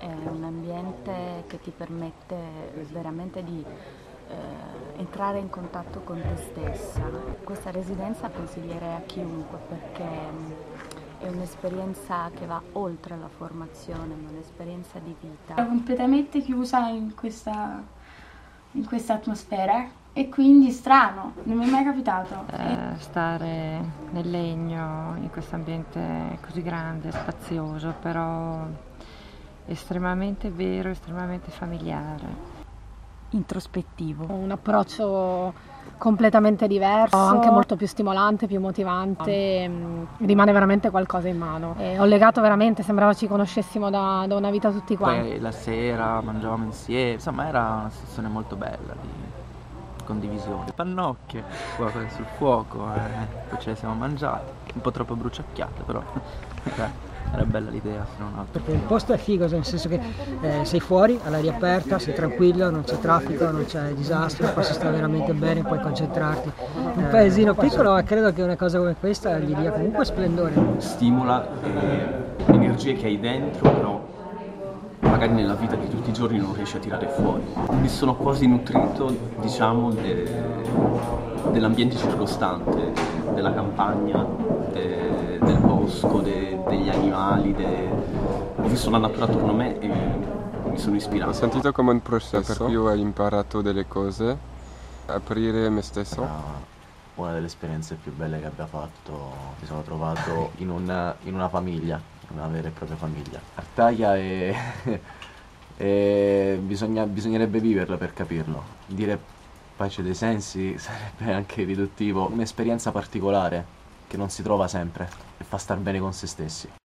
è un ambiente che ti permette veramente di entrare in contatto con te stessa. Questa residenza consiglierei a chiunque perché è un'esperienza che va oltre la formazione, è un'esperienza di vita. Ero completamente chiusa in questa atmosfera e quindi strano, non mi è mai capitato. Stare nel legno in questo ambiente così grande, spazioso, però estremamente vero, estremamente familiare. Introspettivo. Un approccio completamente diverso, anche molto più stimolante, più motivante, rimane veramente qualcosa in mano. E ho legato veramente, sembrava ci conoscessimo da una vita tutti quanti. Poi la sera mangiavamo insieme, insomma era una situazione molto bella di condivisione. Le pannocchie qua sul fuoco, poi ce le siamo mangiate, un po' troppo bruciacchiate però era bella l'idea, se non altro. Perché il posto è figo, nel senso che sei fuori, all'aria aperta, sei tranquillo, non c'è traffico, non c'è disastro, qua si sta veramente bene, puoi concentrarti. Un paesino piccolo, ma credo che una cosa come questa gli dia comunque splendore. Stimola energie che hai dentro, però magari nella vita di tutti i giorni non riesci a tirare fuori. Mi sono quasi nutrito, diciamo, dell'ambiente circostante, della campagna, del bosco, degli animali, ho visto la natura attorno a me e mi sono ispirato. Ho sentito come un processo, per cui ho imparato delle cose, aprire me stesso. Una delle esperienze più belle che abbia fatto, mi sono trovato in una famiglia, una vera e propria famiglia. Artaia bisognerebbe viverla per capirlo. Dire pace dei sensi sarebbe anche riduttivo. Un'esperienza particolare che non si trova sempre e fa star bene con se stessi.